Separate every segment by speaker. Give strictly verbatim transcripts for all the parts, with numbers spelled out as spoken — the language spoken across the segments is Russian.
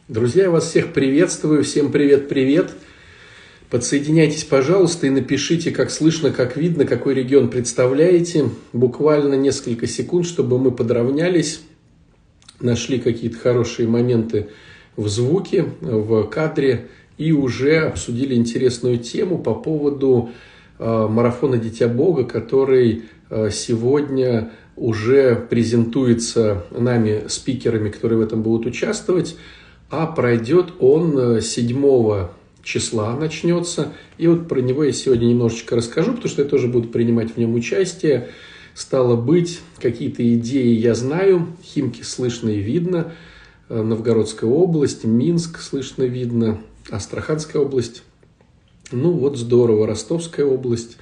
Speaker 1: Друзья, я вас всех приветствую. Всем привет-привет. Подсоединяйтесь, пожалуйста, и напишите, как слышно, как видно, какой регион представляете. Буквально несколько секунд, чтобы мы подравнялись, нашли какие-то хорошие моменты в звуке, в кадре и уже обсудили интересную тему по поводу э, марафона «Дитя Бога», который э, сегодня уже презентуется нами, спикерами, которые в этом будут участвовать. А пройдет он седьмого числа, начнется. И вот про него я сегодня немножечко расскажу, потому что я тоже буду принимать в нем участие. Стало быть, какие-то идеи я знаю. Химки слышно и видно. Новгородская область, Минск слышно, видно. Астраханская область. Ну вот здорово, Ростовская область.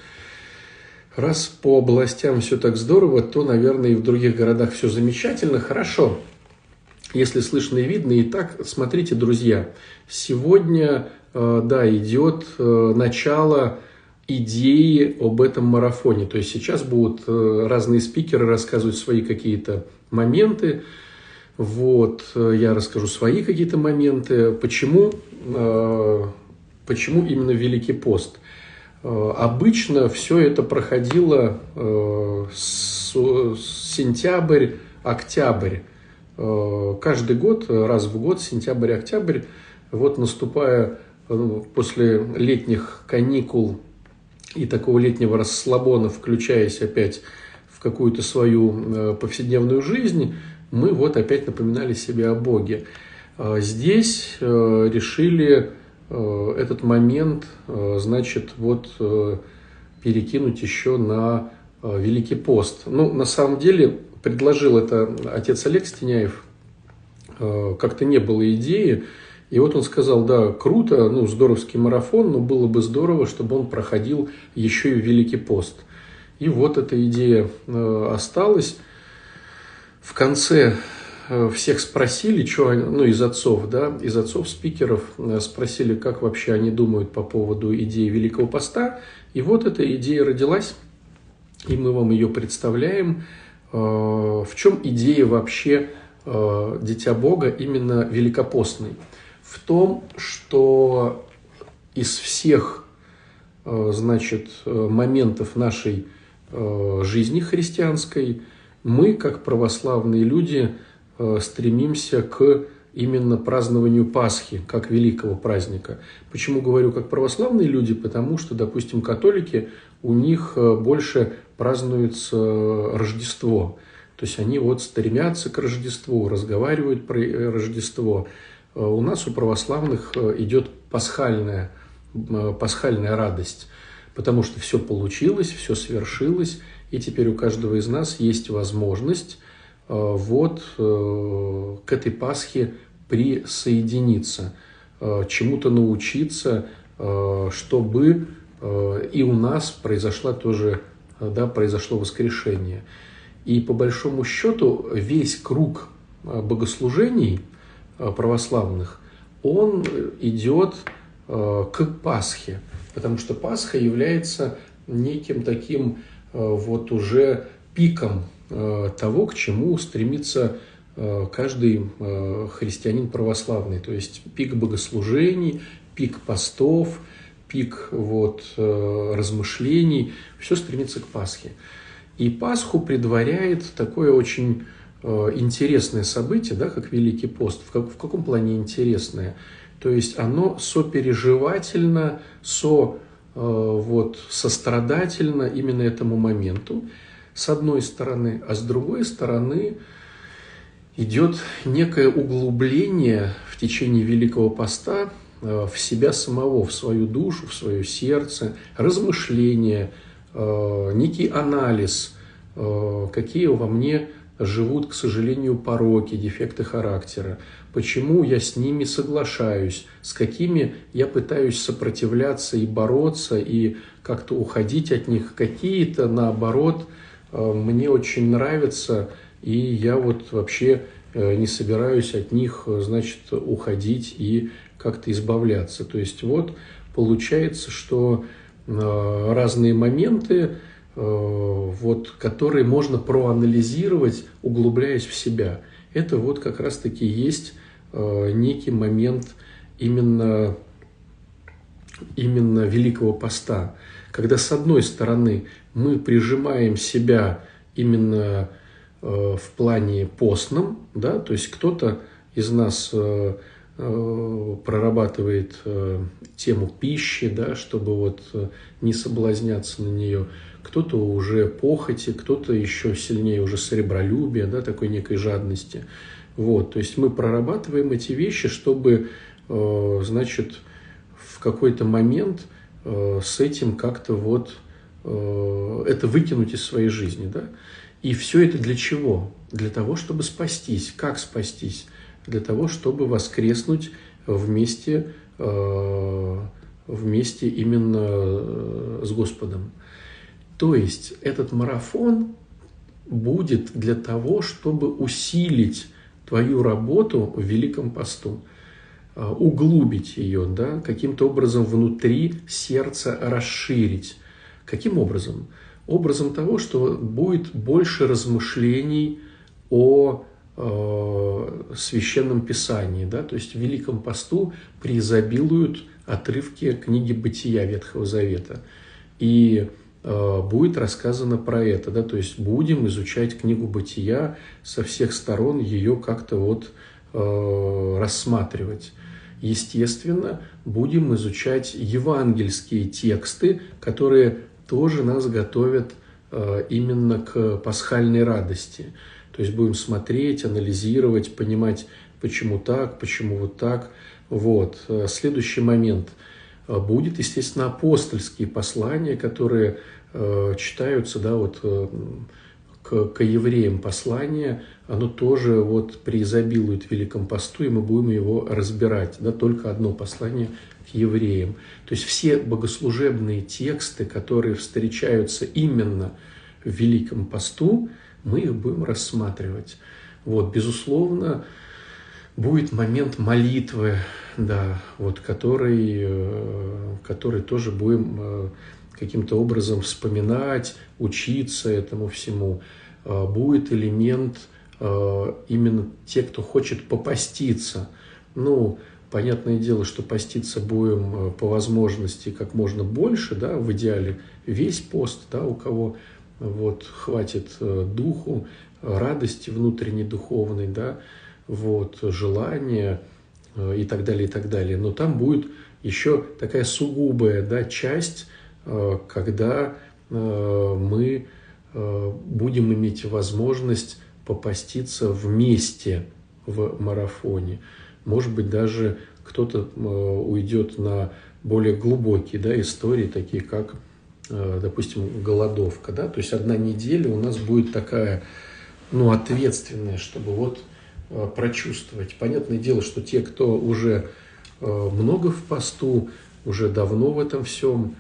Speaker 1: Раз по областям все так здорово, то, наверное, и в других городах все замечательно. Хорошо. Если слышно и видно. Итак, смотрите, друзья, сегодня, да, идет начало идеи об этом марафоне. То есть сейчас будут разные спикеры рассказывать свои какие-то моменты. Вот, я расскажу свои какие-то моменты. Почему, почему именно Великий пост? Обычно все это проходило с сентябрь, октябрь. Каждый год, раз в год, сентябрь-октябрь, вот наступая после летних каникул и такого летнего расслабона, включаясь опять в какую-то свою повседневную жизнь, мы вот опять напоминали себе о Боге. Здесь решили этот момент, значит, вот перекинуть еще на Великий пост. Ну, на самом деле, предложил это отец Олег Стеняев, как-то не было идеи, и вот он сказал, да, круто, ну, здоровский марафон, но было бы здорово, чтобы он проходил еще и в Великий пост. И вот эта идея осталась. В конце всех спросили, что, ну, из отцов, да, из отцов-спикеров спросили, как вообще они думают по поводу идеи Великого поста, и вот эта идея родилась, и мы вам ее представляем. В чем идея вообще Дитя Бога именно великопостной? В том, что из всех, значит, моментов нашей жизни христианской мы, как православные люди, стремимся к именно празднованию Пасхи, как великого праздника. Почему говорю как православные люди? Потому что, допустим, католики, у них больше празднуется Рождество. То есть они вот стремятся к Рождеству, разговаривают про Рождество. У нас, у православных, идет пасхальная, пасхальная радость, потому что все получилось, все свершилось, и теперь у каждого из нас есть возможность вот к этой Пасхе присоединиться, чему-то научиться, чтобы и у нас произошло тоже, да, произошло воскрешение. И по большому счету весь круг богослужений православных, он идет к Пасхе, потому что Пасха является неким таким вот уже пиком того, к чему стремится каждый христианин православный. То есть пик богослужений, пик постов, пик вот размышлений, все стремится к Пасхе. И Пасху предваряет такое очень интересное событие, да, как Великий пост. В, как, в каком плане интересное? То есть оно сопереживательно, со, вот, сострадательно именно этому моменту, с одной стороны, а с другой стороны идет некое углубление в течение Великого поста в себя самого, в свою душу, в свое сердце, размышления, некий анализ, какие во мне живут, к сожалению, пороки, дефекты характера, почему я с ними соглашаюсь, с какими я пытаюсь сопротивляться и бороться, и как-то уходить от них, какие-то, наоборот, мне очень нравятся, и я вот вообще не собираюсь от них, значит, уходить и как-то избавляться. То есть вот получается, что разные моменты, вот, которые можно проанализировать, углубляясь в себя. Это вот как раз-таки есть э, некий момент именно, именно Великого Поста, когда с одной стороны мы прижимаем себя именно э, в плане постном, да, то есть кто-то из нас э, э, прорабатывает э, тему пищи, да, чтобы вот э, не соблазняться на нее, кто-то уже похоти, кто-то еще сильнее уже сребролюбия, да, такой некой жадности. Вот, то есть мы прорабатываем эти вещи, чтобы, э, значит, в какой-то момент э, с этим как-то вот э, это выкинуть из своей жизни, да. И все это для чего? Для того, чтобы спастись. Как спастись? Для того, чтобы воскреснуть вместе, э, вместе именно с Господом. То есть этот марафон будет для того, чтобы усилить твою работу в Великом Посту, углубить ее, да, каким-то образом внутри сердца расширить. Каким образом? Образом того, что будет больше размышлений о э, Священном Писании. Да? То есть в Великом Посту преизобилуют отрывки книги Бытия Ветхого Завета. И э, будет рассказано про это. Да? То есть будем изучать книгу Бытия со всех сторон, ее как-то вот э, рассматривать. Естественно, будем изучать евангельские тексты, которые тоже нас готовят э, именно к пасхальной радости. То есть будем смотреть, анализировать, понимать, почему так, почему вот так. Вот. Следующий момент. Будет, естественно, апостольские послания, которые э, читаются, да, вот, э, к, к евреям послание, оно тоже вот преизобилует в Великом Посту, и мы будем его разбирать. Да, только одно послание к евреям. То есть все богослужебные тексты, которые встречаются именно в Великом Посту, мы их будем рассматривать. Вот, безусловно, будет момент молитвы, да, вот, который, который тоже будем каким-то образом вспоминать, учиться этому всему. Будет элемент именно те, кто хочет попаститься. Ну, понятное дело, что поститься будем по возможности как можно больше, да, в идеале весь пост, да, у кого вот хватит духу, радости внутренней духовной, да, вот, желания и так далее, и так далее. Но там будет еще такая сугубая, да, часть, когда мы будем иметь возможность попаститься вместе в марафоне. Может быть, даже кто-то уйдет на более глубокие, да, истории, такие как, допустим, голодовка. Да? То есть одна неделя у нас будет такая, ну, ответственная, чтобы вот прочувствовать. Понятное дело, что те, кто уже много в посту, уже давно в этом всем,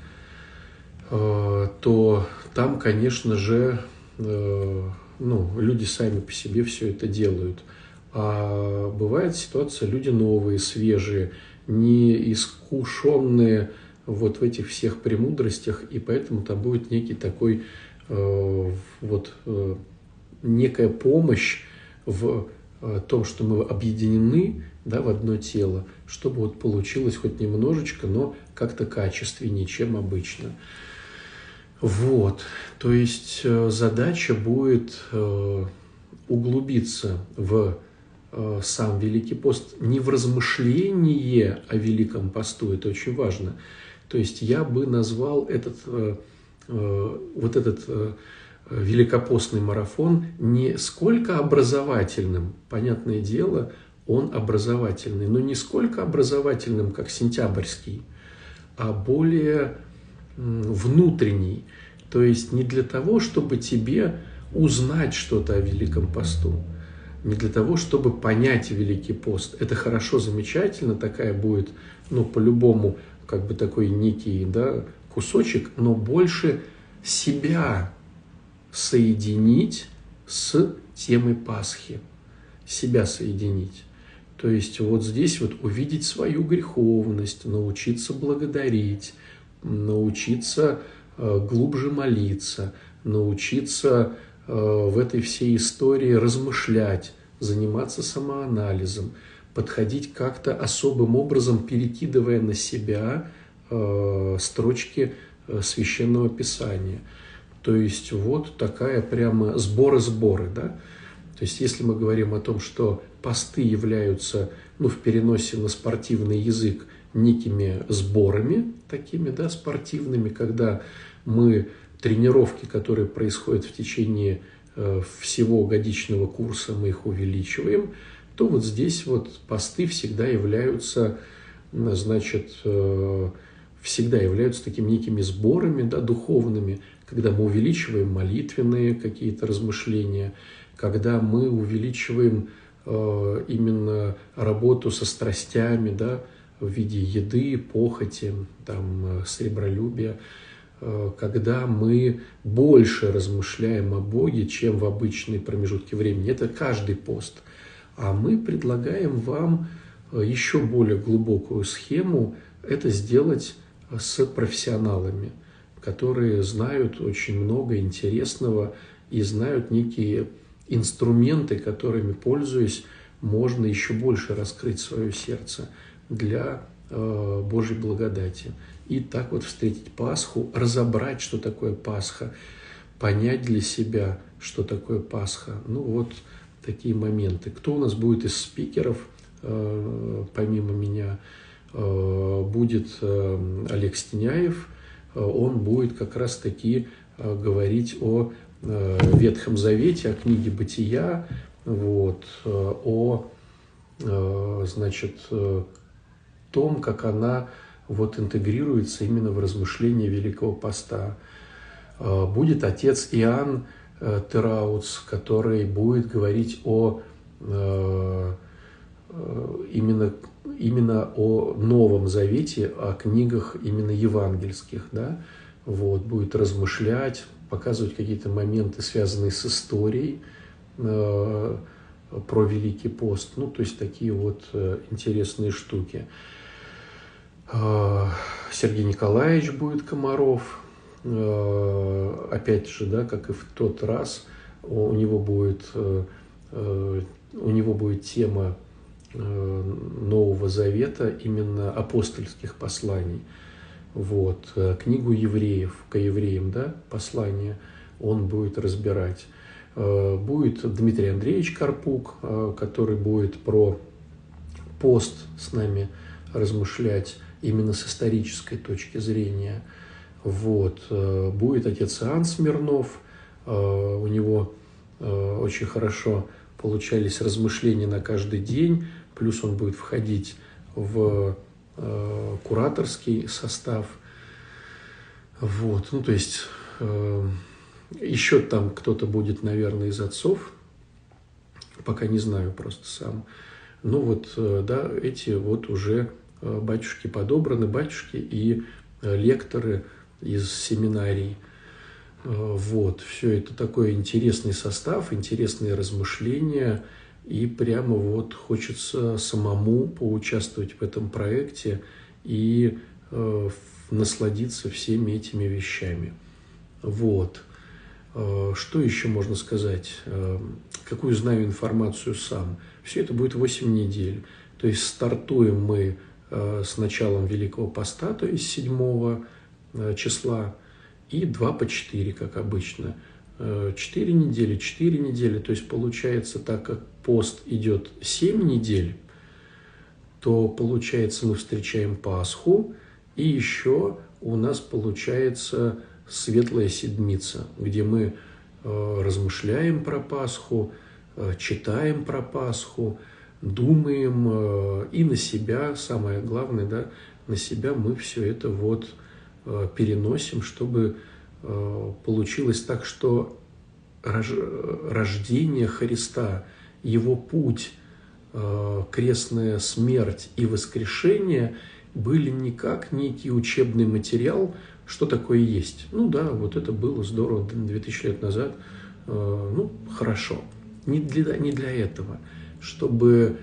Speaker 1: то там, конечно же, ну, люди сами по себе все это делают. А бывает ситуация, люди новые, свежие, не искушенные вот в этих всех премудростях, и поэтому там будет некий такой, э, вот, э, некая помощь в э, том, что мы объединены, да, в одно тело, чтобы вот получилось хоть немножечко, но как-то качественнее, чем обычно. Вот, то есть э, задача будет э, углубиться в э, сам Великий пост, не в размышление о Великом посту, это очень важно. То есть я бы назвал этот, э, э, вот этот э, великопостный марафон не сколько образовательным, понятное дело, он образовательный, но не сколько образовательным, как сентябрьский, а более внутренний. То есть не для того, чтобы тебе узнать что-то о Великом посту, не для того, чтобы понять Великий пост. Это хорошо, замечательно, такая будет, ну, по-любому, как бы такой некий, да, кусочек, но больше себя соединить с темой Пасхи, себя соединить. То есть вот здесь вот увидеть свою греховность, научиться благодарить, научиться э, глубже молиться, научиться э, в этой всей истории размышлять, заниматься самоанализом, подходить как-то особым образом, перекидывая на себя э, строчки э, Священного Писания. То есть вот такая прямо сборы-сборы, да. То есть если мы говорим о том, что посты являются, ну, в переносе на спортивный язык, некими сборами такими, да, спортивными, когда мы тренировки, которые происходят в течение э, всего годичного курса, мы их увеличиваем, то вот здесь вот посты всегда являются, значит, э, всегда являются такими некими сборами, да, духовными, когда мы увеличиваем молитвенные какие-то размышления, когда мы увеличиваем э, именно работу со страстями, да, в виде еды, похоти, там, сребролюбия, э, когда мы больше размышляем о Боге, чем в обычные промежутки времени. Это каждый пост. А мы предлагаем вам еще более глубокую схему это сделать с профессионалами, которые знают очень много интересного и знают некие инструменты, которыми, пользуясь, можно еще больше раскрыть свое сердце для э, Божьей благодати. И так вот встретить Пасху, разобрать, что такое Пасха, понять для себя, что такое Пасха. Ну вот такие моменты. Кто у нас будет из спикеров, э, помимо меня? Э, будет э, Олег Стеняев. Он будет как раз-таки э, говорить о э, Ветхом Завете, о книге Бытия, вот, э, о, э, значит, э, том, как она вот интегрируется именно в размышления Великого Поста. Э, будет отец Иоанн э, Терауц, который будет говорить о э, именно, именно о Новом Завете, о книгах именно евангельских, да, вот, будет размышлять, показывать какие-то моменты, связанные с историей э, про Великий пост, ну, то есть такие вот э, интересные штуки. Э, Сергей Николаевич будет Комаров, э, опять же, да, как и в тот раз, у него будет, э, э, у него будет тема Нового Завета, именно апостольских посланий. Вот. Книгу евреев, к евреям, да, послание он будет разбирать. Будет Дмитрий Андреевич Карпук, который будет про пост с нами размышлять именно с исторической точки зрения. Вот. Будет отец Иоанн Смирнов, у него очень хорошо получались размышления на каждый день, плюс он будет входить в э, кураторский состав. Вот. Ну, то есть э, еще там кто-то будет, наверное, из отцов, пока не знаю просто сам. Ну вот, э, да, эти вот уже э, батюшки подобраны, батюшки и э, лекторы из семинарий. Вот, все это такой интересный состав, интересные размышления, и прямо вот хочется самому поучаствовать в этом проекте и э, насладиться всеми этими вещами. Вот. Э, что еще можно сказать? Э, какую знаю информацию сам? Все это будет восемь недель. То есть стартуем мы э, с началом Великого Поста, то есть седьмого э, числа, и два по четыре, как обычно. четыре недели, четыре недели. То есть получается, так как пост идет семь недель, то получается мы встречаем Пасху, и еще у нас получается Светлая Седмица, где мы размышляем про Пасху, читаем про Пасху, думаем, и на себя, самое главное, да, на себя мы все это вот переносим, чтобы получилось так, что рождение Христа, Его путь, крестная смерть и воскрешение были не как некий учебный материал, что такое есть. Ну да, вот это было здорово две тысячи лет назад, ну хорошо. Не для, не для этого, чтобы,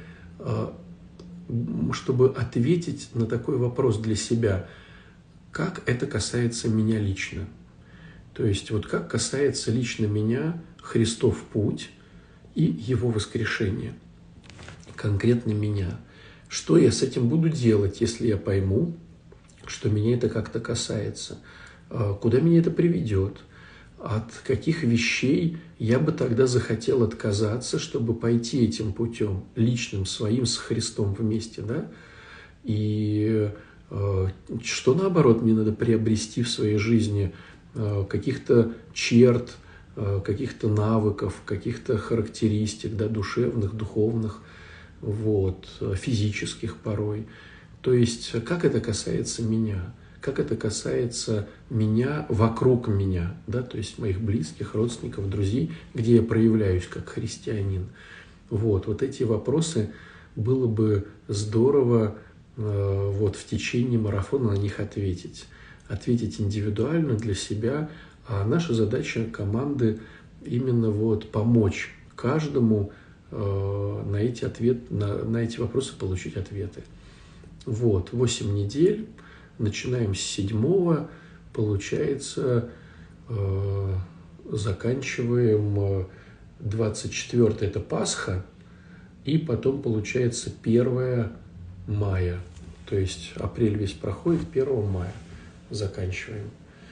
Speaker 1: чтобы ответить на такой вопрос для себя, как это касается меня лично. То есть вот как касается лично меня Христов путь и Его воскрешение. конкретно меня. Что я с этим буду делать, если я пойму, что меня это как-то касается? Куда меня это приведет? От каких вещей я бы тогда захотел отказаться, чтобы пойти этим путем, личным, своим, с Христом вместе, да? И э, что, наоборот, мне надо приобрести в своей жизни, э, каких-то черт, э, каких-то навыков, каких-то характеристик, да, душевных, духовных, вот, физических порой. То есть, как это касается меня? Как это касается меня вокруг меня, да, то есть моих близких, родственников, друзей, где я проявляюсь как христианин. Вот, вот эти вопросы было бы здорово э, вот в течение марафона на них ответить. Ответить индивидуально для себя, а наша задача команды именно вот помочь каждому э, на эти ответ, на, на эти вопросы получить ответы. Вот, восемь недель. Начинаем с седьмого, получается, э, заканчиваем двадцать четвёртое, это Пасха, и потом получается первое мая. То есть апрель весь проходит, первого мая заканчиваем.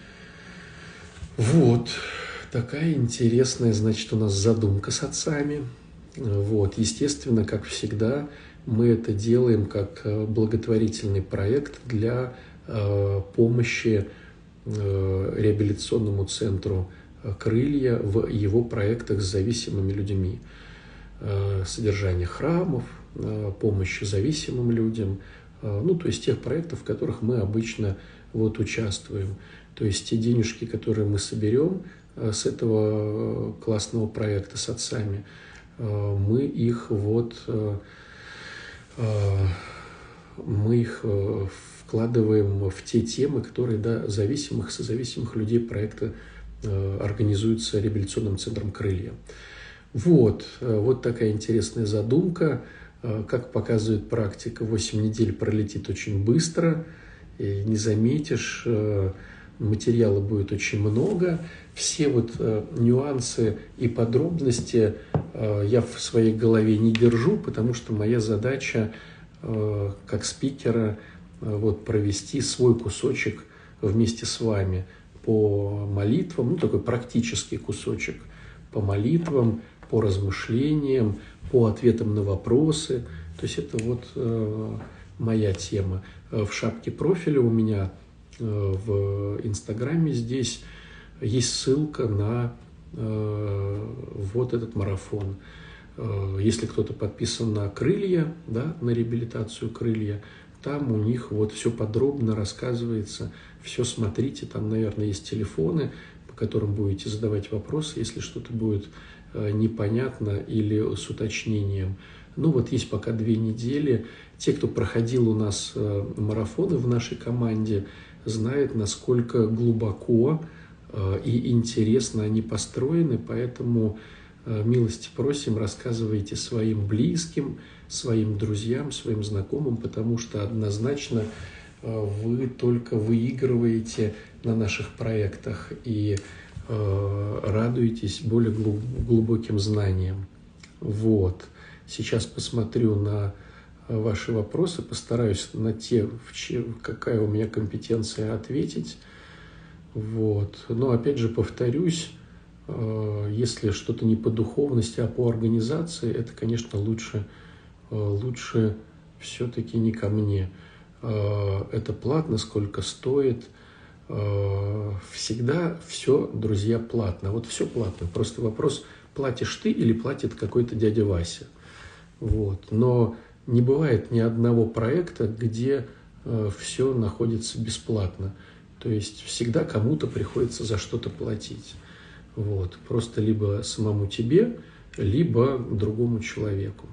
Speaker 1: Вот, такая интересная, значит, у нас задумка с отцами. Вот, естественно, как всегда, мы это делаем как благотворительный проект для помощи реабилитационному центру «Крылья» в его проектах с зависимыми людьми. Содержание храмов, помощь зависимым людям, ну, то есть тех проектов, в которых мы обычно вот участвуем. То есть те денежки, которые мы соберем с этого классного проекта с отцами, мы их вот, мы их вкладываем в те темы, которые для зависимых, созависимых людей проекта организуются реабилитационным центром «Крылья». Вот, вот такая интересная задумка. Как показывает практика, восемь недель пролетит очень быстро, и не заметишь, материала будет очень много. Все вот нюансы и подробности я в своей голове не держу, потому что моя задача как спикера вот провести свой кусочек вместе с вами по молитвам, ну такой практический кусочек по молитвам, по размышлениям, по ответам на вопросы. То есть это вот э, моя тема. В шапке профиля у меня э, в Инстаграме здесь есть ссылка на э, вот этот марафон. Э, если кто-то подписан на «Крылья», да, на реабилитацию «Крылья», там у них вот все подробно рассказывается, все смотрите, там, наверное, есть телефоны, по которым будете задавать вопросы, если что-то будет непонятно или с уточнением. Ну вот есть пока две недели. Те, кто проходил у нас марафоны в нашей команде, знают, насколько глубоко и интересно они построены, поэтому милости просим, рассказывайте своим близким, своим друзьям, своим знакомым, потому что однозначно вы только выигрываете на наших проектах и радуетесь более глубоким знаниям. Вот. Сейчас посмотрю на ваши вопросы, постараюсь на те, какая у меня компетенция, ответить. Вот. Но опять же повторюсь, если что-то не по духовности, а по организации, это, конечно, лучше, лучше все-таки не ко мне. Это платно, сколько стоит. Всегда все, друзья, платно. Вот все платно. Просто вопрос, платишь ты или платит какой-то дядя Вася. Вот. Но не бывает ни одного проекта, где все находится бесплатно. То есть всегда кому-то приходится за что-то платить. Вот. Просто либо самому тебе, либо другому человеку.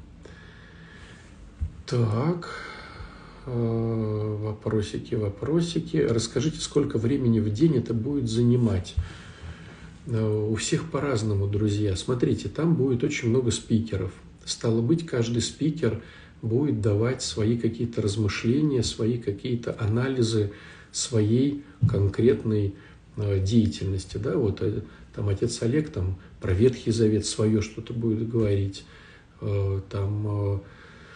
Speaker 1: Так... Вопросики, вопросики. Расскажите, сколько времени в день это будет занимать? У всех по-разному, друзья. Смотрите, там будет очень много спикеров. Стало быть, каждый спикер будет давать свои какие-то размышления, свои какие-то анализы своей конкретной деятельности. Да? Вот там отец Олег там, про Ветхий Завет свое что-то будет говорить. Там...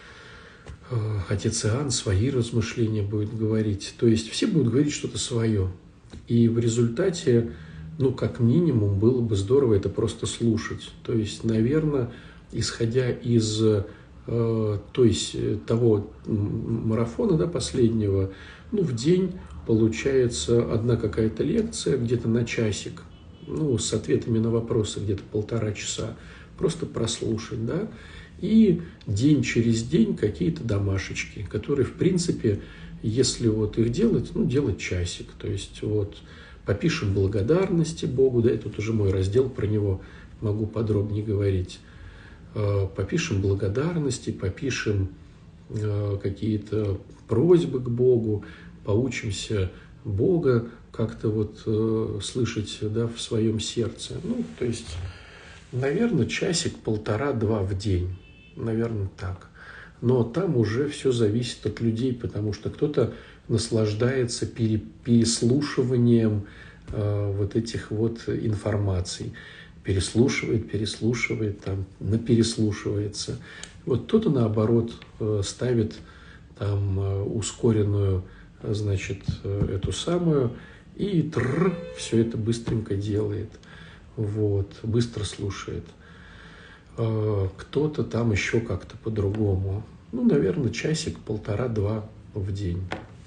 Speaker 1: Отец Иоанн свои размышления будет говорить. То есть все будут говорить что-то свое. И в результате, ну, как минимум, было бы здорово это просто слушать. То есть, наверное, исходя из э, то есть, того марафона, да, последнего, ну, в день получается одна какая-то лекция где-то на часик, ну, с ответами на вопросы где-то полтора часа, просто прослушать, да, и день через день какие-то домашечки, которые, в принципе, если вот их делать, ну, делать часик, то есть вот попишем благодарности Богу, да, это вот уже мой раздел, про него могу подробнее говорить, попишем благодарности, попишем какие-то просьбы к Богу, поучимся Бога как-то вот э, слышать, да, в своем сердце. Ну, то есть, наверное, часик, полтора-два в день. Наверное, так. Но там уже все зависит от людей, потому что кто-то наслаждается пере, переслушиванием э, вот этих вот информаций. Переслушивает, переслушивает, там, напереслушивается. Вот кто-то, наоборот, э, ставит там э, ускоренную, значит, эту самую, и тррр, все это быстренько делает, вот, быстро слушает. Кто-то там еще как-то по-другому. Ну, наверное, часик, полтора-два в день.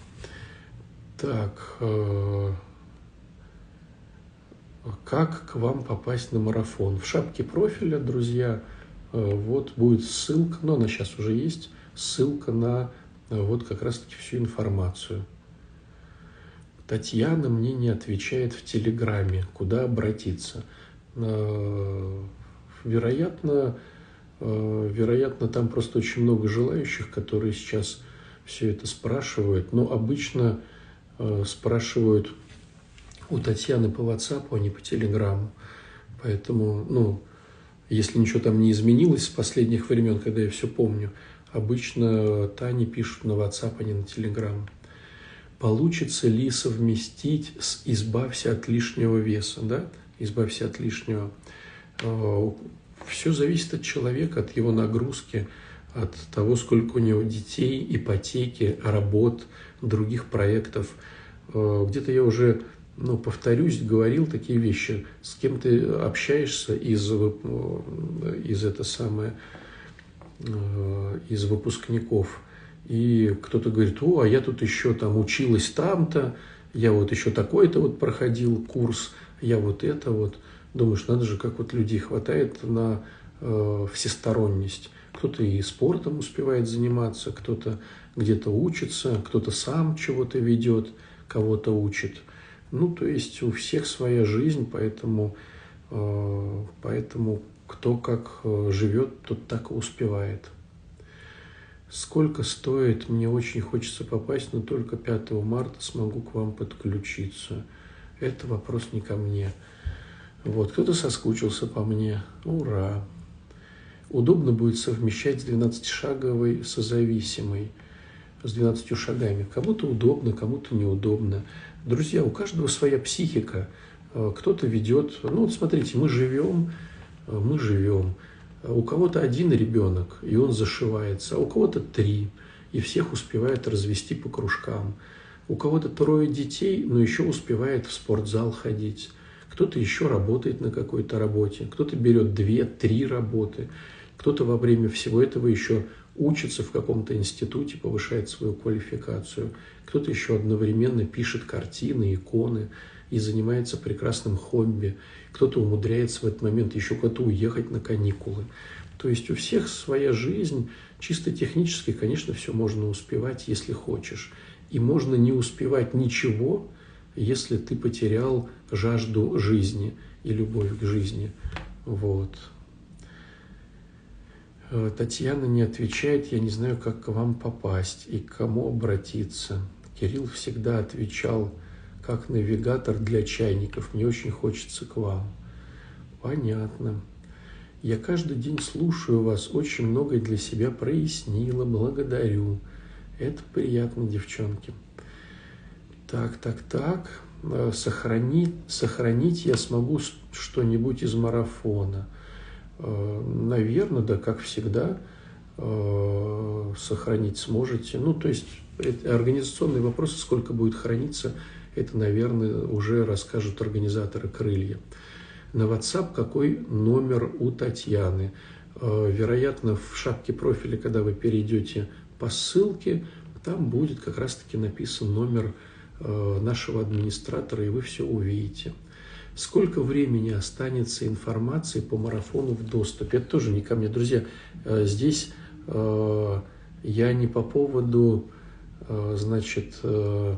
Speaker 1: Так, как к вам попасть на марафон? В шапке профиля, друзья, вот будет ссылка, но она сейчас уже есть, ссылка на вот как раз-таки всю информацию. Татьяна мне не отвечает в Телеграме, куда обратиться. Вероятно, вероятно, там просто очень много желающих, которые сейчас все это спрашивают. Но обычно спрашивают у Татьяны по WhatsApp, а не по Телеграму. Поэтому, ну, если ничего там не изменилось с последних времен, когда я все помню, обычно Тане пишут на WhatsApp, а не на Telegram. Получится ли совместить с «избавься от лишнего веса», да? «Избавься от лишнего». Все зависит от человека, от его нагрузки, от того, сколько у него детей, ипотеки, работ, других проектов. Где-то я уже, ну, повторюсь, говорил такие вещи. С кем ты общаешься из, из это самое, из выпускников, и кто-то говорит: о, а я тут еще там училась там-то, я вот еще такой-то вот проходил курс, я вот это вот. Думаешь, надо же, как вот людей хватает на э, всесторонность. Кто-то и спортом успевает заниматься, кто-то где-то учится, кто-то сам чего-то ведет, кого-то учит. Ну, то есть у всех своя жизнь, поэтому, э, поэтому кто как живет, тот так и успевает. Сколько стоит? Мне очень хочется попасть, но только пятого марта смогу к вам подключиться. Это вопрос не ко мне. Вот, кто-то соскучился по мне. Ура! Удобно будет совмещать с двенадцатишаговой созависимой, с двенадцатью шагами. Кому-то удобно, кому-то неудобно. Друзья, у каждого своя психика. Кто-то ведет... Ну, вот смотрите, мы живем, мы живем. У кого-то один ребенок, и он зашивается, а у кого-то три, и всех успевает развести по кружкам. У кого-то трое детей, но еще успевает в спортзал ходить. Кто-то еще работает на какой-то работе, кто-то берет две-три работы, кто-то во время всего этого еще учится в каком-то институте, повышает свою квалификацию, кто-то еще одновременно пишет картины, иконы и занимается прекрасным хобби, кто-то умудряется в этот момент еще куда-то уехать на каникулы. То есть у всех своя жизнь, чисто технически, конечно, все можно успевать, если хочешь. И можно не успевать ничего, если ты потерял жажду жизни и любовь к жизни. Вот. Татьяна не отвечает, я не знаю, как к вам попасть и к кому обратиться. Кирилл всегда отвечал, как навигатор для чайников, мне очень хочется к вам. Понятно. Я каждый день слушаю вас, очень многое для себя прояснила, благодарю. Это приятно, девчонки. Так, так, так. Сохранить, сохранить я смогу что-нибудь из марафона. Наверное, да, как всегда. э, сохранить сможете. Ну, то есть это организационные вопросы, сколько будет храниться, это, наверное, уже расскажут организаторы «Крылья». На WhatsApp какой номер у Татьяны? Э, вероятно, в шапке профиля, когда вы перейдете по ссылке, там будет как раз-таки написан номер э, нашего администратора, и вы все увидите. Сколько времени останется информации по марафону в доступе? Это тоже не ко мне. Друзья, э, здесь э, я не по поводу, э, значит, э,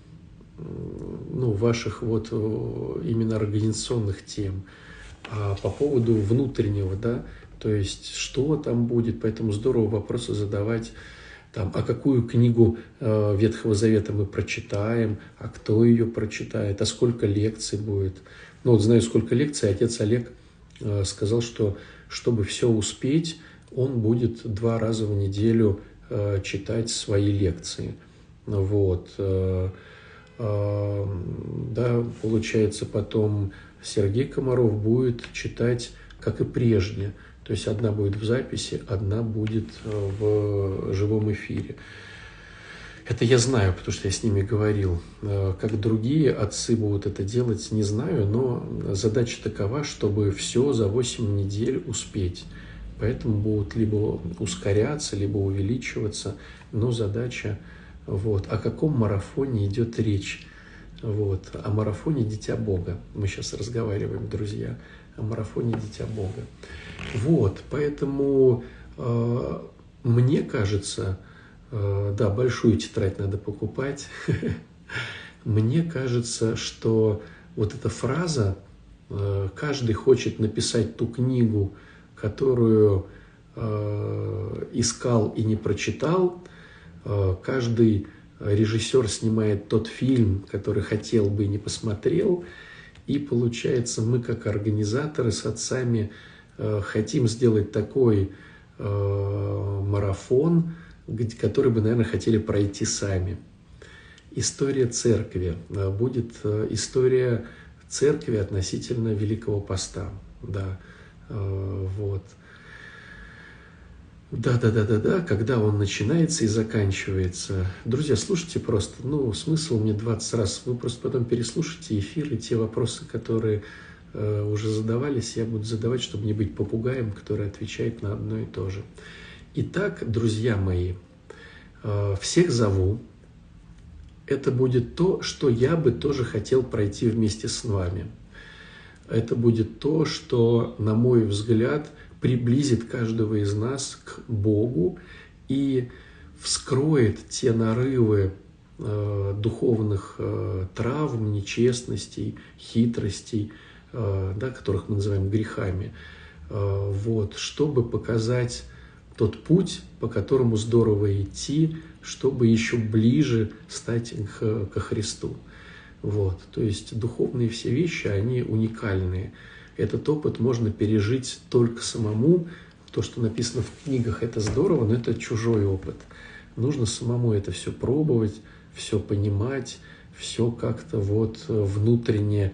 Speaker 1: ну, ваших вот э, именно организационных тем, а по поводу внутреннего, да, то есть что там будет, поэтому здорово вопросы задавать. Там, а какую книгу э, Ветхого Завета мы прочитаем, а кто ее прочитает, а сколько лекций будет. Ну вот знаю, сколько лекций, отец Олег э, сказал, что чтобы все успеть, он будет два раза в неделю э, читать свои лекции. Вот. Э, э, да, получается, потом Сергей Комаров будет читать, как и прежде. То есть одна будет в записи, одна будет в живом эфире. Это я знаю, потому что я с ними говорил. Как другие отцы будут это делать, не знаю, но задача такова, чтобы все за восемь недель успеть. Поэтому будут либо ускоряться, либо увеличиваться, но задача... Вот. О каком марафоне идет речь? Вот. О марафоне «Дитя Бога». Мы сейчас разговариваем, друзья, о марафоне «Дитя Бога». Вот, поэтому э, мне кажется, э, да, большую тетрадь надо покупать. Мне кажется, что вот эта фраза э, «каждый хочет написать ту книгу, которую э, искал и не прочитал», э, каждый режиссер снимает тот фильм, который хотел бы и не посмотрел, и получается, мы как организаторы с отцами хотим сделать такой э, марафон, который бы, наверное, хотели пройти сами. История церкви. Будет история церкви относительно Великого Поста. Да, э, вот. Да-да-да-да-да, когда он начинается и заканчивается. Друзья, слушайте просто, ну, смысл мне двадцать раз. Вы просто потом переслушайте эфир и те вопросы, которые э, уже задавались, я буду задавать, чтобы не быть попугаем, который отвечает на одно и то же. Итак, друзья мои, э, всех зову. Это будет то, что я бы тоже хотел пройти вместе с вами. Это будет то, что, на мой взгляд, приблизит каждого из нас к Богу и вскроет те нарывы э, духовных э, травм, нечестностей, хитростей, э, да, которых мы называем грехами, э, вот, чтобы показать тот путь, по которому здорово идти, чтобы еще ближе стать к, ко Христу. Вот, то есть духовные все вещи, они уникальные. Этот опыт можно пережить только самому. То, что написано в книгах, это здорово, но это чужой опыт. Нужно самому это все пробовать, все понимать, все как-то вот внутренне,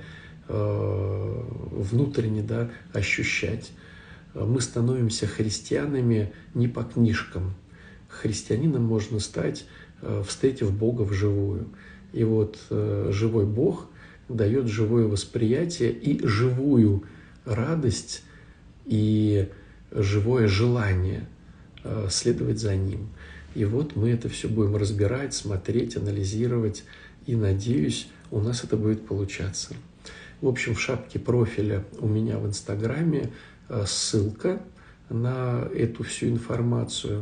Speaker 1: э, внутренне, да, ощущать. Мы становимся христианами не по книжкам. Христианином можно стать, встретив Бога вживую. И вот э, живой Бог дает живое восприятие и живую радость, и живое желание э, следовать за Ним. И вот мы это все будем разбирать, смотреть, анализировать, и, надеюсь, у нас это будет получаться. В общем, в шапке профиля у меня в Инстаграме э, ссылка на эту всю информацию.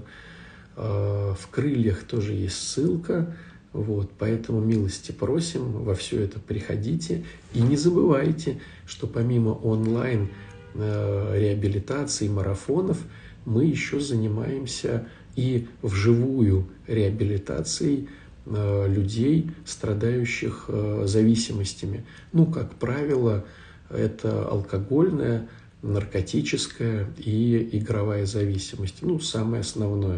Speaker 1: Э, в «Крыльях» тоже есть ссылка. Вот, поэтому милости просим, во все это приходите. И не забывайте, что помимо онлайн э, реабилитации, марафонов, мы еще занимаемся и вживую реабилитацией э, людей, страдающих э, зависимостями. Ну, как правило, это алкогольная, наркотическая и игровая зависимость. Ну, самое основное.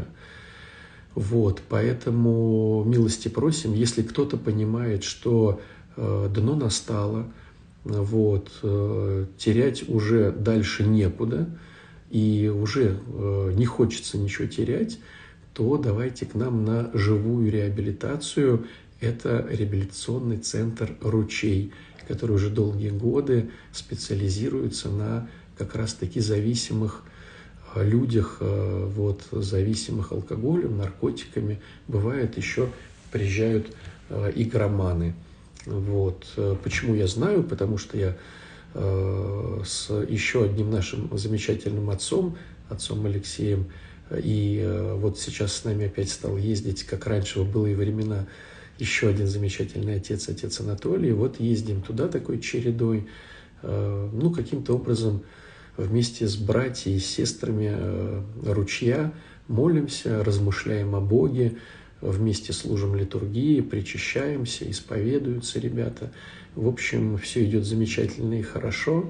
Speaker 1: Вот, поэтому милости просим, если кто-то понимает, что э, дно настало, вот, э, терять уже дальше некуда, и уже не хочется ничего терять, то давайте к нам на живую реабилитацию. Это реабилитационный центр «Ручей», который уже долгие годы специализируется на как раз-таки зависимых людях, вот, зависимых алкоголем, наркотиками. Бывает еще приезжают игроманы. Вот. Почему я знаю? Потому что я с еще одним нашим замечательным отцом, отцом Алексеем, и вот сейчас с нами опять стал ездить, как раньше в былые времена, еще один замечательный отец, отец Анатолий. Вот ездим туда такой чередой, ну, каким-то образом вместе с братьями и сестрами Ручья молимся, размышляем о Боге, вместе служим литургии, причащаемся, исповедуются ребята. В общем, все идет замечательно и хорошо.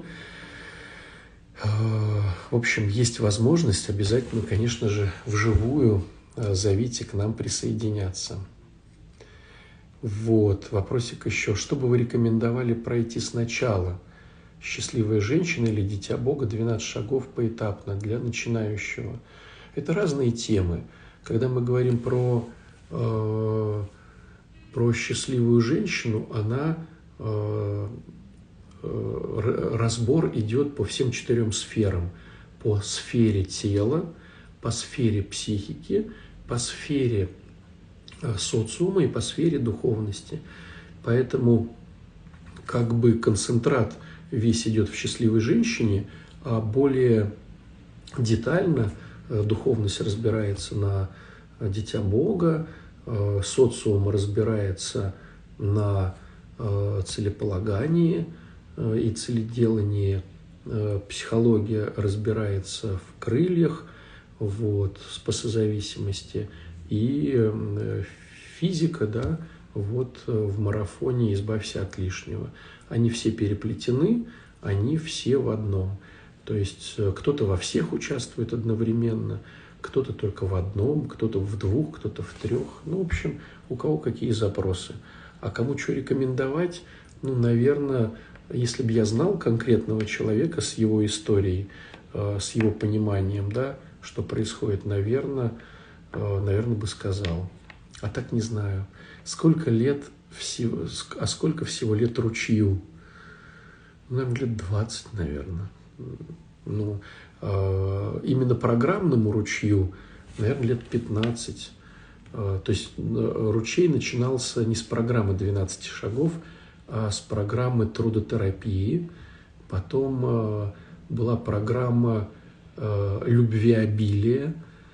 Speaker 1: В общем, есть возможность, обязательно, конечно же, вживую зовите к нам присоединяться. Вот, вопросик еще. Что бы вы рекомендовали пройти сначала? «Счастливая женщина» или «Дитя Бога», двенадцать шагов поэтапно для начинающего. Это разные темы. Когда мы говорим про, э, про счастливую женщину, она, э, э, разбор идет по всем четырем сферам. По сфере тела, по сфере психики, по сфере социума и по сфере духовности. Поэтому как бы концентрат весь идет в «Счастливой женщине», а более детально духовность разбирается на «Дитя Бога», социум разбирается на целеполагании и целеделании, психология разбирается в крыльях, вот, спасозависимости, и физика, да, вот в марафоне «Избавься от лишнего». Они все переплетены, они все в одном. То есть кто-то во всех участвует одновременно, кто-то только в одном, кто-то в двух, кто-то в трех. Ну, в общем, у кого какие запросы. А кому что рекомендовать? Ну, наверное, если бы я знал конкретного человека с его историей, с его пониманием, да, что происходит, наверное, наверное, бы сказал. А так не знаю. Сколько лет всего, а сколько всего лет Ручью? Наверное, лет двадцать, наверное. Ну, именно программному Ручью, наверное, лет пятнадцать. То есть Ручей начинался не с программы двенадцати шагов, а с программы трудотерапии. Потом была программа любвеобилия.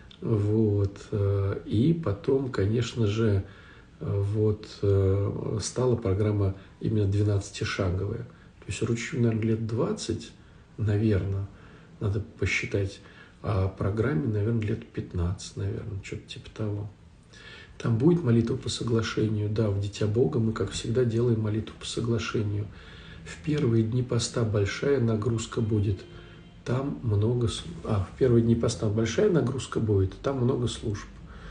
Speaker 1: Вот. И потом, конечно же, вот, стала программа именно двенадцатишаговая. То есть Ручью, наверное, лет двадцать, наверное, надо посчитать, а программе, наверное, лет пятнадцать, наверное, что-то типа того. Там будет молитва по соглашению. Да, в «Дитя Бога» мы, как всегда, делаем молитву по соглашению. В первые дни поста большая нагрузка будет. Там много... А, в первые дни поста большая нагрузка будет, там много служб.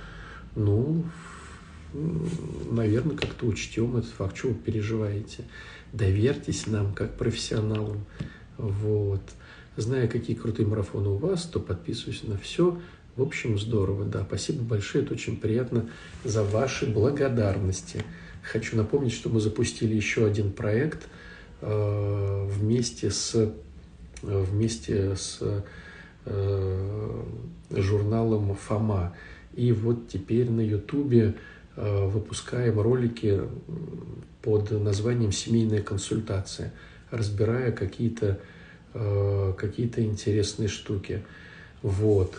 Speaker 1: Ну, наверное, как-то учтем этот факт. Чего вы переживаете? Доверьтесь нам, как профессионалам. Вот. Зная, какие крутые марафоны у вас, то подписываюсь на все. В общем, здорово, да. Спасибо большое, это очень приятно за ваши благодарности. Хочу напомнить, что мы запустили еще один проект э, вместе с, вместе с э, журналом «Фома». И вот теперь на Ютубе э, выпускаем ролики под названием «Семейная консультация», разбирая какие-то э, какие-то интересные штуки. Вот.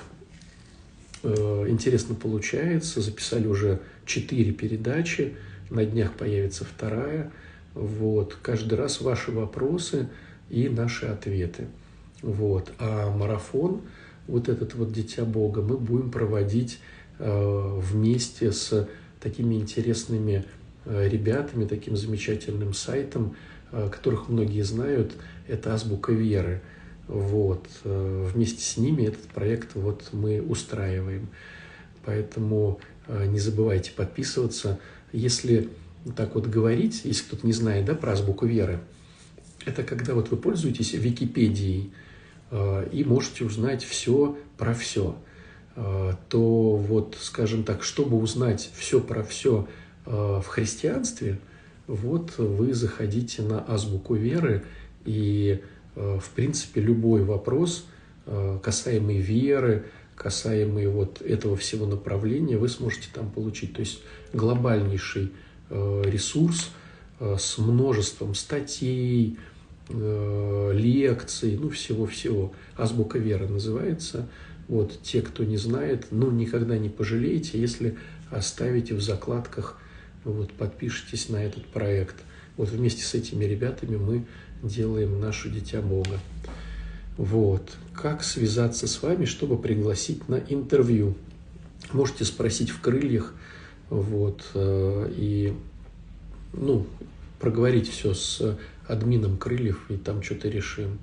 Speaker 1: Интересно получается, записали уже четыре передачи, на днях появится вторая. Вот. Каждый раз ваши вопросы и наши ответы. Вот. А марафон, вот этот вот «Дитя Бога», мы будем проводить э, вместе с такими интересными э, ребятами, таким замечательным сайтом, э, которых многие знают, это «Азбука веры». Вот. Вместе с ними этот проект вот мы устраиваем. Поэтому не забывайте подписываться. Если так вот говорить, если кто-то не знает, да, про «Азбуку веры», это когда вот вы пользуетесь Википедией, и можете узнать все про все. То вот, скажем так, чтобы узнать все про все в христианстве, вот вы заходите на Азбуку Веры, и, в принципе, любой вопрос, касаемый веры, касаемый вот этого всего направления, вы сможете там получить. То есть глобальнейший ресурс с множеством статей, лекций, ну, всего-всего. Азбука Веры называется. Вот, те, кто не знает, ну, никогда не пожалеете, если оставите в закладках, вот, подпишитесь на этот проект. Вот вместе с этими ребятами мы делаем нашу Дитя Бога. Вот. Как связаться с вами, чтобы пригласить на интервью? Можете спросить в крыльях, вот, и, ну, проговорить все с админом крыльев, и там что-то решим.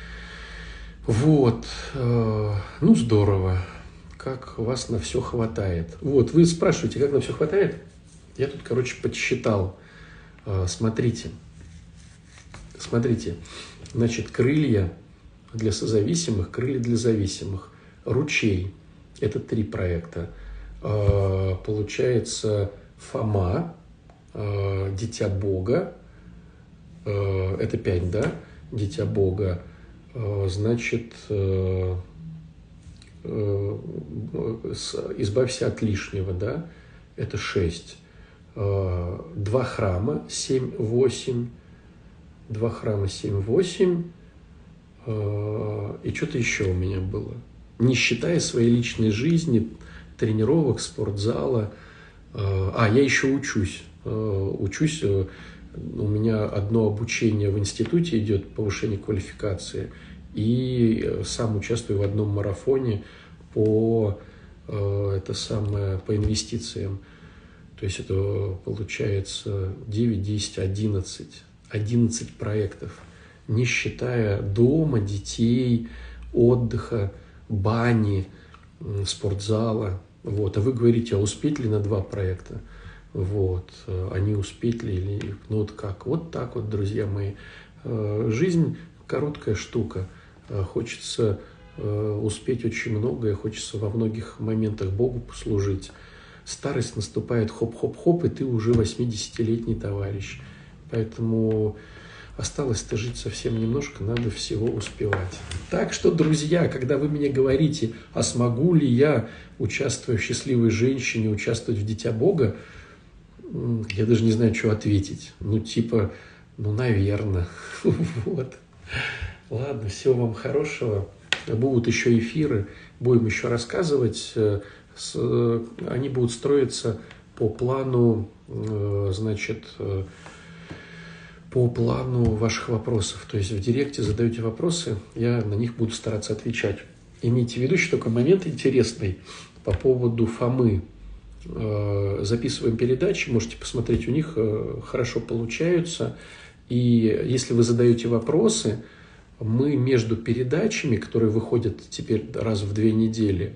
Speaker 1: Вот, ну, здорово, как вас на все хватает. Вот, вы спрашиваете, как на все хватает? Я тут, короче, подсчитал. Смотрите, смотрите, значит, крылья для созависимых, крылья для зависимых. Ручей – это три проекта. Получается, Фома, Дитя Бога, это пять, да? Дитя Бога. Значит, избавься от лишнего, да? Это шесть. Два храма, семь, восемь. Два храма, семь, восемь. И что-то еще у меня было. Не считая своей личной жизни, тренировок, спортзала. А, я еще учусь. Учусь. У меня одно обучение в институте идет, повышение квалификации. И сам участвую в одном марафоне по, это самое, по инвестициям. То есть это получается девять, десять, одиннадцать. одиннадцать проектов. Не считая дома, детей, отдыха, бани, спортзала. Вот. А вы говорите, а успеть ли на два проекта? Вот. А не успеть ли? Или... Ну вот как? Вот так вот, друзья мои. Жизнь короткая штука. Хочется успеть очень многое, хочется во многих моментах Богу послужить. Старость наступает хоп-хоп-хоп, и ты уже восьмидесятилетний товарищ. Поэтому осталось-то жить совсем немножко, надо всего успевать. Так что, друзья, когда вы мне говорите, а смогу ли я, участвуя в «Счастливой женщине», участвовать в «Дитя Бога», я даже не знаю, что ответить. Ну, типа, ну, наверное. Вот. Ладно, всего вам хорошего. Будут еще эфиры, будем еще рассказывать. Они будут строиться по плану, значит, по плану ваших вопросов. То есть в директе задаете вопросы, я на них буду стараться отвечать. Имейте в виду, что такой момент интересный по поводу Фомы. Записываем передачи, можете посмотреть, у них хорошо получаются. И если вы задаете вопросы, мы между передачами, которые выходят теперь раз в две недели,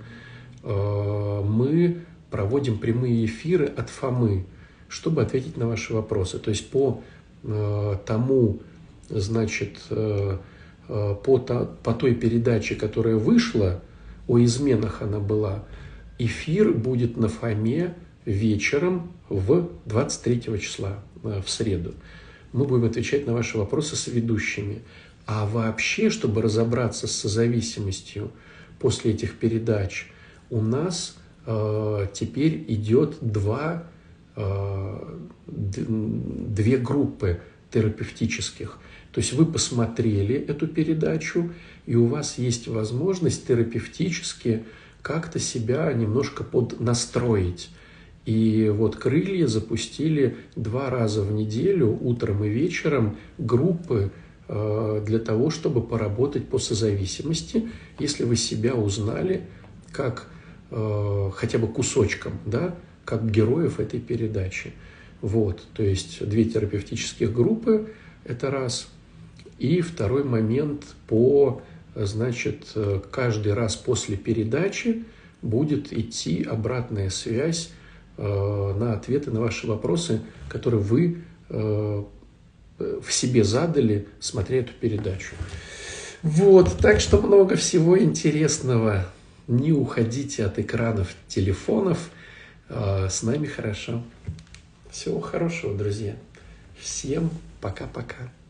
Speaker 1: мы проводим прямые эфиры от Фомы, чтобы ответить на ваши вопросы. То есть по тому, значит, по, по той передаче, которая вышла, о изменах она была, эфир будет на Фоме вечером в двадцать третьего числа, в среду. Мы будем отвечать на ваши вопросы с ведущими. А вообще, чтобы разобраться с созависимостью после этих передач, у нас э, теперь идет два, э, две группы терапевтических. То есть вы посмотрели эту передачу, и у вас есть возможность терапевтически как-то себя немножко поднастроить. И вот «Крылья» запустили два раза в неделю, утром и вечером, группы э, для того, чтобы поработать по созависимости, если вы себя узнали как э, хотя бы кусочком, да, как героев этой передачи. Вот, то есть две терапевтических группы, это раз. И второй момент, по, значит, каждый раз после передачи будет идти обратная связь на ответы на ваши вопросы, которые вы в себе задали, смотря эту передачу. Вот, так что много всего интересного. Не уходите от экранов телефонов. С нами хорошо. Всего хорошего, друзья. Всем пока-пока.